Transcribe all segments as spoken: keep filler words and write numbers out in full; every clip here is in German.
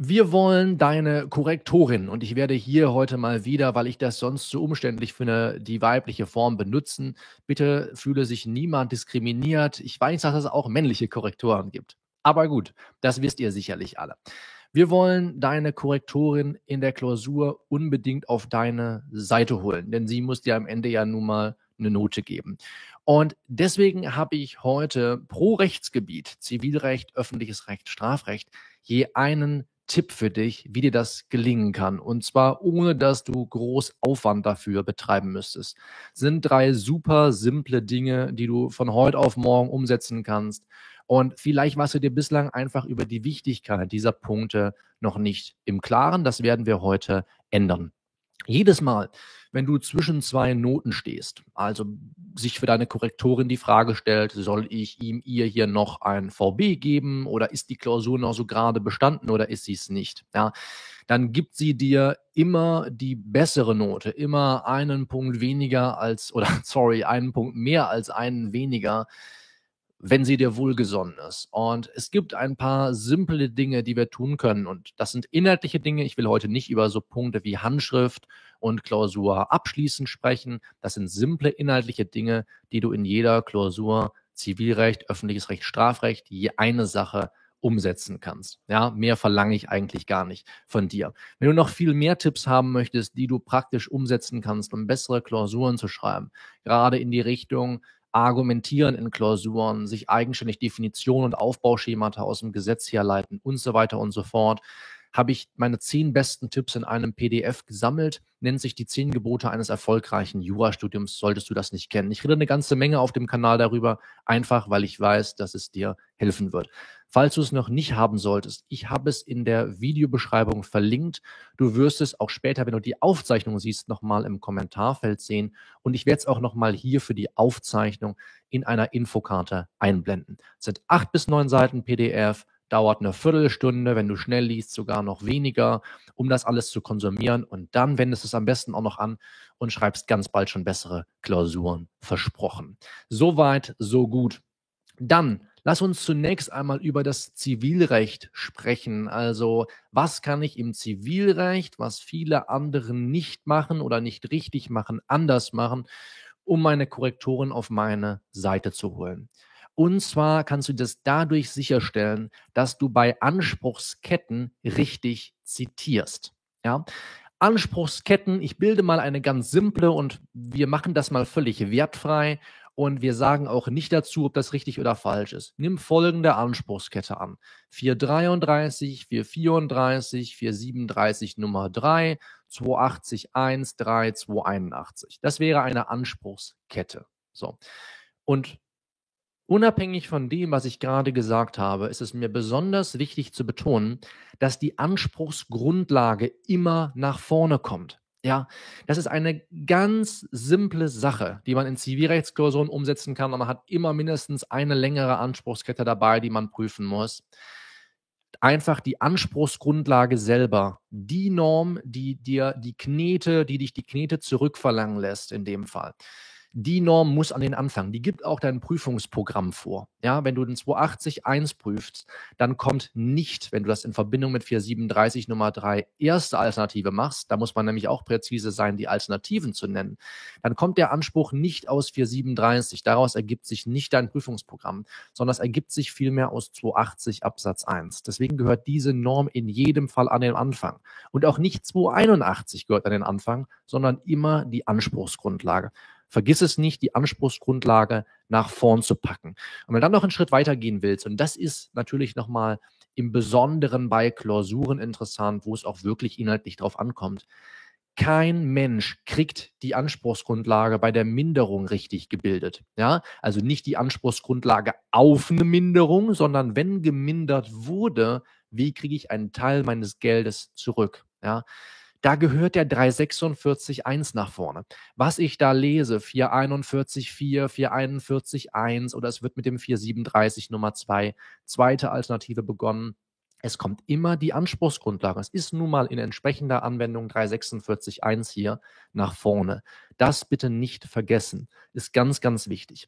Wir wollen deine Korrektorin und ich werde hier heute mal wieder, weil ich das sonst zu umständlich finde, die weibliche Form benutzen. Bitte fühle sich niemand diskriminiert. Ich weiß, dass es auch männliche Korrektoren gibt. Aber gut, das wisst ihr sicherlich alle. Wir wollen deine Korrektorin in der Klausur unbedingt auf deine Seite holen, denn sie muss dir am Ende ja nun mal eine Note geben. Und deswegen habe ich heute pro Rechtsgebiet, Zivilrecht, öffentliches Recht, Strafrecht, je einen Tipp für dich, wie dir das gelingen kann. Und zwar ohne, dass du groß Aufwand dafür betreiben müsstest. Sind drei super simple Dinge, die du von heute auf morgen umsetzen kannst. Und vielleicht warst du dir bislang einfach über die Wichtigkeit dieser Punkte noch nicht im Klaren. Das werden wir heute ändern. Jedes Mal, wenn du zwischen zwei Noten stehst, also sich für deine Korrektorin die Frage stellt, soll ich ihm, ihr hier noch ein V B geben oder ist die Klausur noch so gerade bestanden oder ist sie es nicht, ja, dann gibt sie dir immer die bessere Note, immer einen Punkt weniger als, oder sorry, einen Punkt mehr als einen weniger, wenn sie dir wohlgesonnen ist. Und es gibt ein paar simple Dinge, die wir tun können. Und das sind inhaltliche Dinge. Ich will heute nicht über so Punkte wie Handschrift und Klausur abschließend sprechen. Das sind simple inhaltliche Dinge, die du in jeder Klausur Zivilrecht, öffentliches Recht, Strafrecht, je eine Sache umsetzen kannst. Ja, mehr verlange ich eigentlich gar nicht von dir. Wenn du noch viel mehr Tipps haben möchtest, die du praktisch umsetzen kannst, um bessere Klausuren zu schreiben, gerade in die Richtung Argumentieren in Klausuren, sich eigenständig Definitionen und Aufbauschemata aus dem Gesetz herleiten und so weiter und so fort, habe ich meine zehn besten Tipps in einem P D F gesammelt, nennt sich die zehn Gebote eines erfolgreichen Jurastudiums, solltest du das nicht kennen. Ich rede eine ganze Menge auf dem Kanal darüber, einfach weil ich weiß, dass es dir helfen wird. Falls du es noch nicht haben solltest, ich habe es in der Videobeschreibung verlinkt. Du wirst es auch später, wenn du die Aufzeichnung siehst, nochmal im Kommentarfeld sehen und ich werde es auch nochmal hier für die Aufzeichnung in einer Infokarte einblenden. Es sind acht bis neun Seiten P D F, dauert eine Viertelstunde, wenn du schnell liest, sogar noch weniger, um das alles zu konsumieren. Und dann wendest du es am besten auch noch an und schreibst ganz bald schon bessere Klausuren. Versprochen. Soweit, so gut. Dann lass uns zunächst einmal über das Zivilrecht sprechen. Also, was kann ich im Zivilrecht, was viele andere nicht machen oder nicht richtig machen, anders machen, um meine Korrektoren auf meine Seite zu holen? Und zwar kannst du das dadurch sicherstellen, dass du bei Anspruchsketten richtig zitierst. Ja? Anspruchsketten, ich bilde mal eine ganz simple und wir machen das mal völlig wertfrei und wir sagen auch nicht dazu, ob das richtig oder falsch ist. Nimm folgende Anspruchskette an. vier dreiunddreißig, vier vierunddreißig, vier siebenunddreißig Nummer drei, zweihundertachtzig, eins, drei, zweihunderteinundachtzig. Das wäre eine Anspruchskette. So. Und unabhängig von dem, was ich gerade gesagt habe, ist es mir besonders wichtig zu betonen, dass die Anspruchsgrundlage immer nach vorne kommt. Ja, das ist eine ganz simple Sache, die man in Zivilrechtsklausuren umsetzen kann und man hat immer mindestens eine längere Anspruchskette dabei, die man prüfen muss. Einfach die Anspruchsgrundlage selber, die Norm, die dir die Knete, die dich die Knete zurückverlangen lässt in dem Fall. Die Norm muss an den Anfang. Die gibt auch dein Prüfungsprogramm vor. Ja, wenn du den zweihundertachtzig eins prüfst, dann kommt nicht, wenn du das in Verbindung mit vier siebenunddreißig Nummer drei erste Alternative machst, da muss man nämlich auch präzise sein, die Alternativen zu nennen, dann kommt der Anspruch nicht aus vier siebenunddreißig. Daraus ergibt sich nicht dein Prüfungsprogramm, sondern es ergibt sich vielmehr aus zweihundertachtzig Absatz eins. Deswegen gehört diese Norm in jedem Fall an den Anfang. Und auch nicht zweihunderteinundachtzig gehört an den Anfang, sondern immer die Anspruchsgrundlage. Vergiss es nicht, die Anspruchsgrundlage nach vorn zu packen. Und wenn du dann noch einen Schritt weiter gehen willst, und das ist natürlich nochmal im Besonderen bei Klausuren interessant, wo es auch wirklich inhaltlich drauf ankommt, kein Mensch kriegt die Anspruchsgrundlage bei der Minderung richtig gebildet. Ja, also nicht die Anspruchsgrundlage auf eine Minderung, sondern wenn gemindert wurde, wie kriege ich einen Teil meines Geldes zurück? Ja, da gehört der dreihundertsechsundvierzig eins nach vorne. Was ich da lese, vierhunderteinundvierzig vier, vierhunderteinundvierzig eins oder es wird mit dem vier siebenunddreißig Nummer zwei, zweite Alternative begonnen. Es kommt immer die Anspruchsgrundlage. Es ist nun mal in entsprechender Anwendung dreihundertsechsundvierzig eins hier nach vorne. Das bitte nicht vergessen. Ist ganz, ganz wichtig.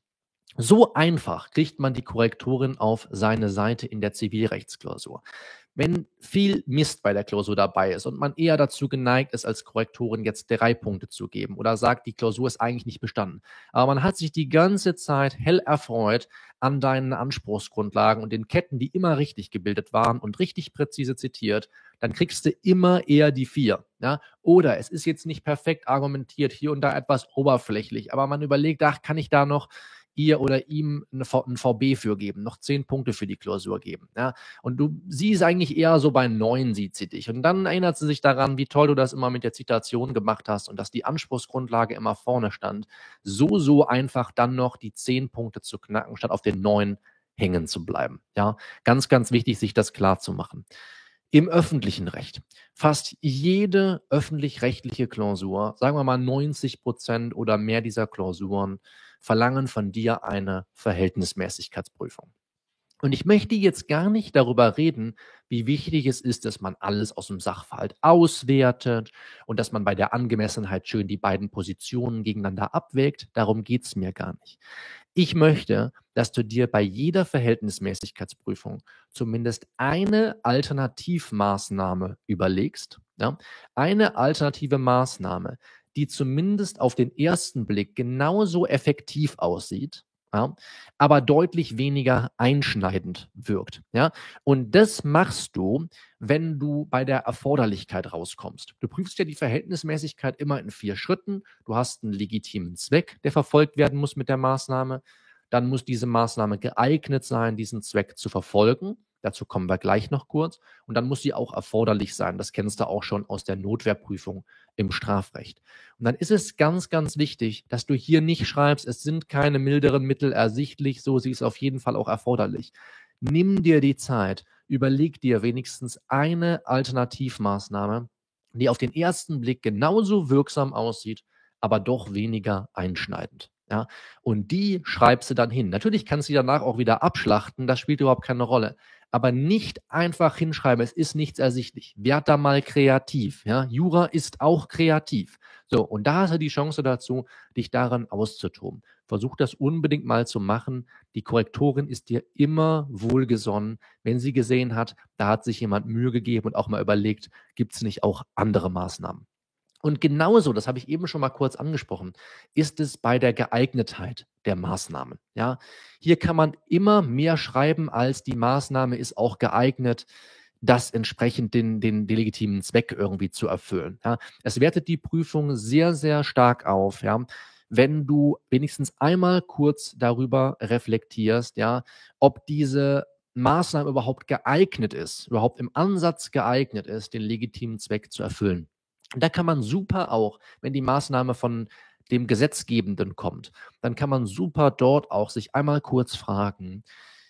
So einfach kriegt man die Korrektorin auf seine Seite in der Zivilrechtsklausur. Wenn viel Mist bei der Klausur dabei ist und man eher dazu geneigt ist, als Korrektorin jetzt drei Punkte zu geben oder sagt, die Klausur ist eigentlich nicht bestanden, aber man hat sich die ganze Zeit hell erfreut an deinen Anspruchsgrundlagen und den Ketten, die immer richtig gebildet waren und richtig präzise zitiert, dann kriegst du immer eher die vier. Ja? Oder es ist jetzt nicht perfekt argumentiert, hier und da etwas oberflächlich, aber man überlegt, ach, kann ich da noch ihr oder ihm eine v, ein V B für geben, noch zehn Punkte für die Klausur geben. Ja? Und du, sie ist eigentlich eher so bei neun, sieht sie dich. Und dann erinnert sie sich daran, wie toll du das immer mit der Zitation gemacht hast und dass die Anspruchsgrundlage immer vorne stand. So, so einfach dann noch die zehn Punkte zu knacken, statt auf den neun hängen zu bleiben. Ja? Ganz, ganz wichtig, sich das klar zu machen. Im öffentlichen Recht. Fast jede öffentlich-rechtliche Klausur, sagen wir mal neunzig Prozent oder mehr dieser Klausuren, verlangen von dir eine Verhältnismäßigkeitsprüfung. Und ich möchte jetzt gar nicht darüber reden, wie wichtig es ist, dass man alles aus dem Sachverhalt auswertet und dass man bei der Angemessenheit schön die beiden Positionen gegeneinander abwägt. Darum geht es mir gar nicht. Ich möchte, dass du dir bei jeder Verhältnismäßigkeitsprüfung zumindest eine Alternativmaßnahme überlegst. Ja? Eine alternative Maßnahme, die zumindest auf den ersten Blick genauso effektiv aussieht, ja, aber deutlich weniger einschneidend wirkt. Ja? Und das machst du, wenn du bei der Erforderlichkeit rauskommst. Du prüfst ja die Verhältnismäßigkeit immer in vier Schritten. Du hast einen legitimen Zweck, der verfolgt werden muss mit der Maßnahme. Dann muss diese Maßnahme geeignet sein, diesen Zweck zu verfolgen. Dazu kommen wir gleich noch kurz. Und dann muss sie auch erforderlich sein. Das kennst du auch schon aus der Notwehrprüfung im Strafrecht. Und dann ist es ganz, ganz wichtig, dass du hier nicht schreibst, es sind keine milderen Mittel ersichtlich, so sie ist auf jeden Fall auch erforderlich. Nimm dir die Zeit, überleg dir wenigstens eine Alternativmaßnahme, die auf den ersten Blick genauso wirksam aussieht, aber doch weniger einschneidend. Ja? Und die schreibst du dann hin. Natürlich kannst du die danach auch wieder abschlachten, das spielt überhaupt keine Rolle. Aber nicht einfach hinschreiben, es ist nichts ersichtlich. Werd da mal kreativ. Ja? Jura ist auch kreativ. So, und da hast du die Chance dazu, dich daran auszutoben. Versuch das unbedingt mal zu machen. Die Korrektorin ist dir immer wohlgesonnen, wenn sie gesehen hat, da hat sich jemand Mühe gegeben und auch mal überlegt, gibt es nicht auch andere Maßnahmen. Und genauso, das habe ich eben schon mal kurz angesprochen, ist es bei der Geeignetheit der Maßnahmen. Ja, hier kann man immer mehr schreiben, als die Maßnahme ist auch geeignet, das entsprechend den, den, den legitimen Zweck irgendwie zu erfüllen. Ja, es wertet die Prüfung sehr, sehr stark auf. Ja, wenn du wenigstens einmal kurz darüber reflektierst, ja, ob diese Maßnahme überhaupt geeignet ist, überhaupt im Ansatz geeignet ist, den legitimen Zweck zu erfüllen. Da kann man super auch, wenn die Maßnahme von dem Gesetzgebenden kommt, dann kann man super dort auch sich einmal kurz fragen,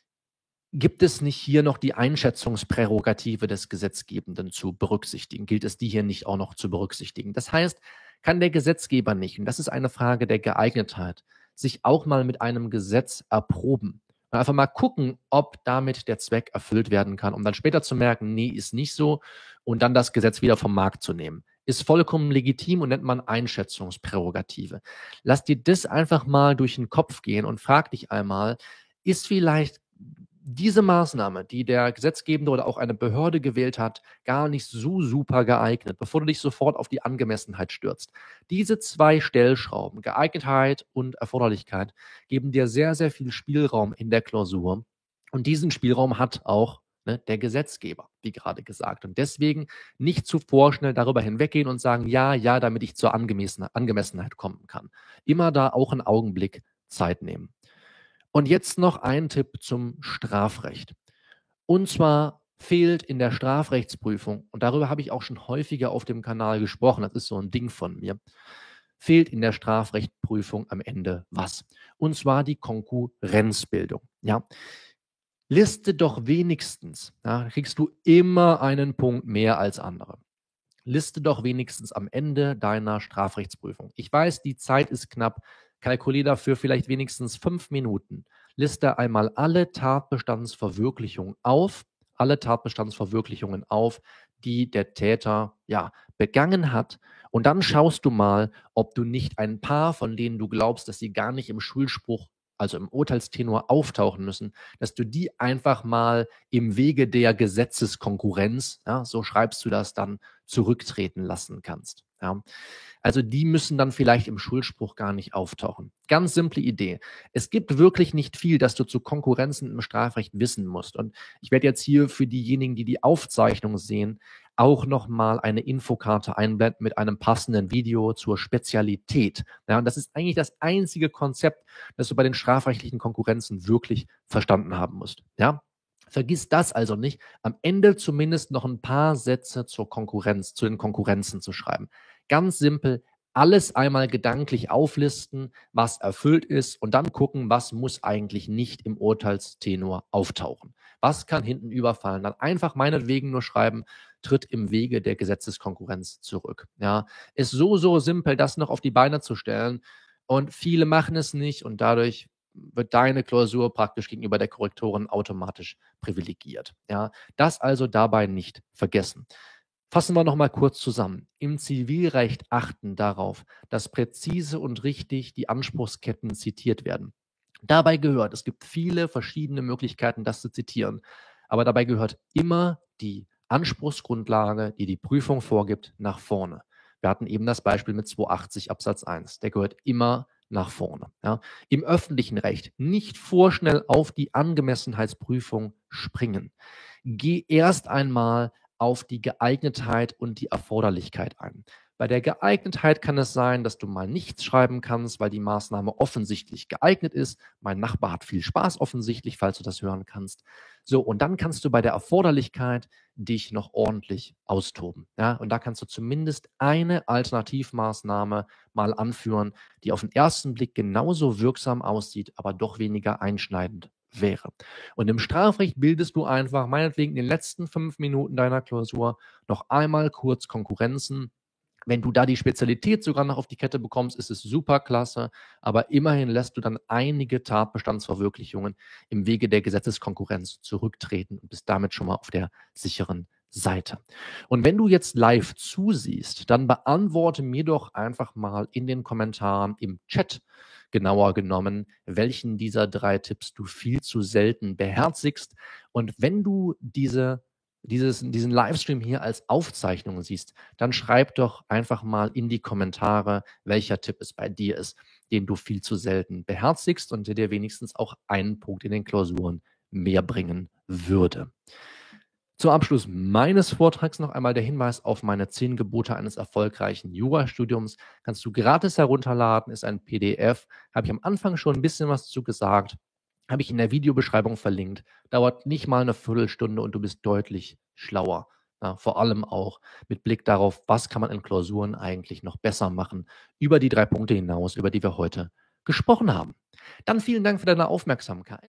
gibt es nicht hier noch die Einschätzungsprärogative des Gesetzgebenden zu berücksichtigen? Gilt es die hier nicht auch noch zu berücksichtigen? Das heißt, kann der Gesetzgeber nicht, und das ist eine Frage der Geeignetheit, sich auch mal mit einem Gesetz erproben? Einfach mal gucken, ob damit der Zweck erfüllt werden kann, um dann später zu merken, nee, ist nicht so, und dann das Gesetz wieder vom Markt zu nehmen. Ist vollkommen legitim und nennt man Einschätzungsprärogative. Lass dir das einfach mal durch den Kopf gehen und frag dich einmal, ist vielleicht diese Maßnahme, die der Gesetzgebende oder auch eine Behörde gewählt hat, gar nicht so super geeignet, bevor du dich sofort auf die Angemessenheit stürzt. Diese zwei Stellschrauben, Geeignetheit und Erforderlichkeit, geben dir sehr, sehr viel Spielraum in der Klausur. Und diesen Spielraum hat auch ne, der Gesetzgeber, wie gerade gesagt. Und deswegen nicht zu vorschnell darüber hinweggehen und sagen, ja, ja, damit ich zur Angemessen Angemessenheit kommen kann. Immer da auch einen Augenblick Zeit nehmen. Und jetzt noch ein Tipp zum Strafrecht. Und zwar fehlt in der Strafrechtsprüfung, und darüber habe ich auch schon häufiger auf dem Kanal gesprochen, das ist so ein Ding von mir, fehlt in der Strafrechtsprüfung am Ende was? Und zwar die Konkurrenzbildung. Ja? Liste doch wenigstens, ja, kriegst du immer einen Punkt mehr als andere. Liste doch wenigstens am Ende deiner Strafrechtsprüfung. Ich weiß, die Zeit ist knapp. Kalkuliere dafür vielleicht wenigstens fünf Minuten. Liste einmal alle Tatbestandsverwirklichungen auf, alle Tatbestandsverwirklichungen auf, die der Täter ja begangen hat. Und dann schaust du mal, ob du nicht ein paar, von denen du glaubst, dass sie gar nicht im Schuldspruch also im Urteilstenor auftauchen müssen, dass du die einfach mal im Wege der Gesetzeskonkurrenz, ja, so schreibst du das dann, zurücktreten lassen kannst. Ja. Also die müssen dann vielleicht im Schuldspruch gar nicht auftauchen. Ganz simple Idee. Es gibt wirklich nicht viel, das du zu Konkurrenzen im Strafrecht wissen musst. Und ich werde jetzt hier für diejenigen, die die Aufzeichnung sehen, auch nochmal eine Infokarte einblenden mit einem passenden Video zur Spezialität. Ja, und das ist eigentlich das einzige Konzept, das du bei den strafrechtlichen Konkurrenzen wirklich verstanden haben musst. Ja, vergiss das also nicht, am Ende zumindest noch ein paar Sätze zur Konkurrenz, zu den Konkurrenzen zu schreiben. Ganz simpel, alles einmal gedanklich auflisten, was erfüllt ist und dann gucken, was muss eigentlich nicht im Urteilstenor auftauchen. Was kann hinten überfallen? Dann einfach meinetwegen nur schreiben, tritt im Wege der Gesetzeskonkurrenz zurück. Ja, ist so, so simpel, das noch auf die Beine zu stellen. Und viele machen es nicht und dadurch wird deine Klausur praktisch gegenüber der Korrektorin automatisch privilegiert. Ja, das also dabei nicht vergessen. Fassen wir noch mal kurz zusammen. Im Zivilrecht achten darauf, dass präzise und richtig die Anspruchsketten zitiert werden. Dabei gehört, es gibt viele verschiedene Möglichkeiten, das zu zitieren, aber dabei gehört immer die Anspruchsgrundlage, die die Prüfung vorgibt, nach vorne. Wir hatten eben das Beispiel mit zweihundertachtzig Absatz eins. Der gehört immer nach vorne. Ja. Im öffentlichen Recht nicht vorschnell auf die Angemessenheitsprüfung springen. Geh erst einmal auf die Geeignetheit und die Erforderlichkeit ein. Bei der Geeignetheit kann es sein, dass du mal nichts schreiben kannst, weil die Maßnahme offensichtlich geeignet ist. Mein Nachbar hat viel Spaß offensichtlich, falls du das hören kannst. So, und dann kannst du bei der Erforderlichkeit dich noch ordentlich austoben. Ja, und da kannst du zumindest eine Alternativmaßnahme mal anführen, die auf den ersten Blick genauso wirksam aussieht, aber doch weniger einschneidend wäre. Und im Strafrecht bildest du einfach meinetwegen in den letzten fünf Minuten deiner Klausur noch einmal kurz Konkurrenzen. Wenn du da die Spezialität sogar noch auf die Kette bekommst, ist es super klasse, aber immerhin lässt du dann einige Tatbestandsverwirklichungen im Wege der Gesetzeskonkurrenz zurücktreten und bist damit schon mal auf der sicheren Seite. Und wenn du jetzt live zusiehst, dann beantworte mir doch einfach mal in den Kommentaren im Chat, genauer genommen, welchen dieser drei Tipps du viel zu selten beherzigst. Und wenn du diese dieses, diesen Livestream hier als Aufzeichnung siehst, dann schreib doch einfach mal in die Kommentare, welcher Tipp es bei dir ist, den du viel zu selten beherzigst und der dir wenigstens auch einen Punkt in den Klausuren mehr bringen würde. Zum Abschluss meines Vortrags noch einmal der Hinweis auf meine zehn Gebote eines erfolgreichen Jurastudiums. Kannst du gratis herunterladen, ist ein P D F. Habe ich am Anfang schon ein bisschen was zu gesagt. Habe ich in der Videobeschreibung verlinkt. Dauert nicht mal eine Viertelstunde und du bist deutlich schlauer. Ja, vor allem auch mit Blick darauf, was kann man in Klausuren eigentlich noch besser machen, über die drei Punkte hinaus, über die wir heute gesprochen haben. Dann vielen Dank für deine Aufmerksamkeit.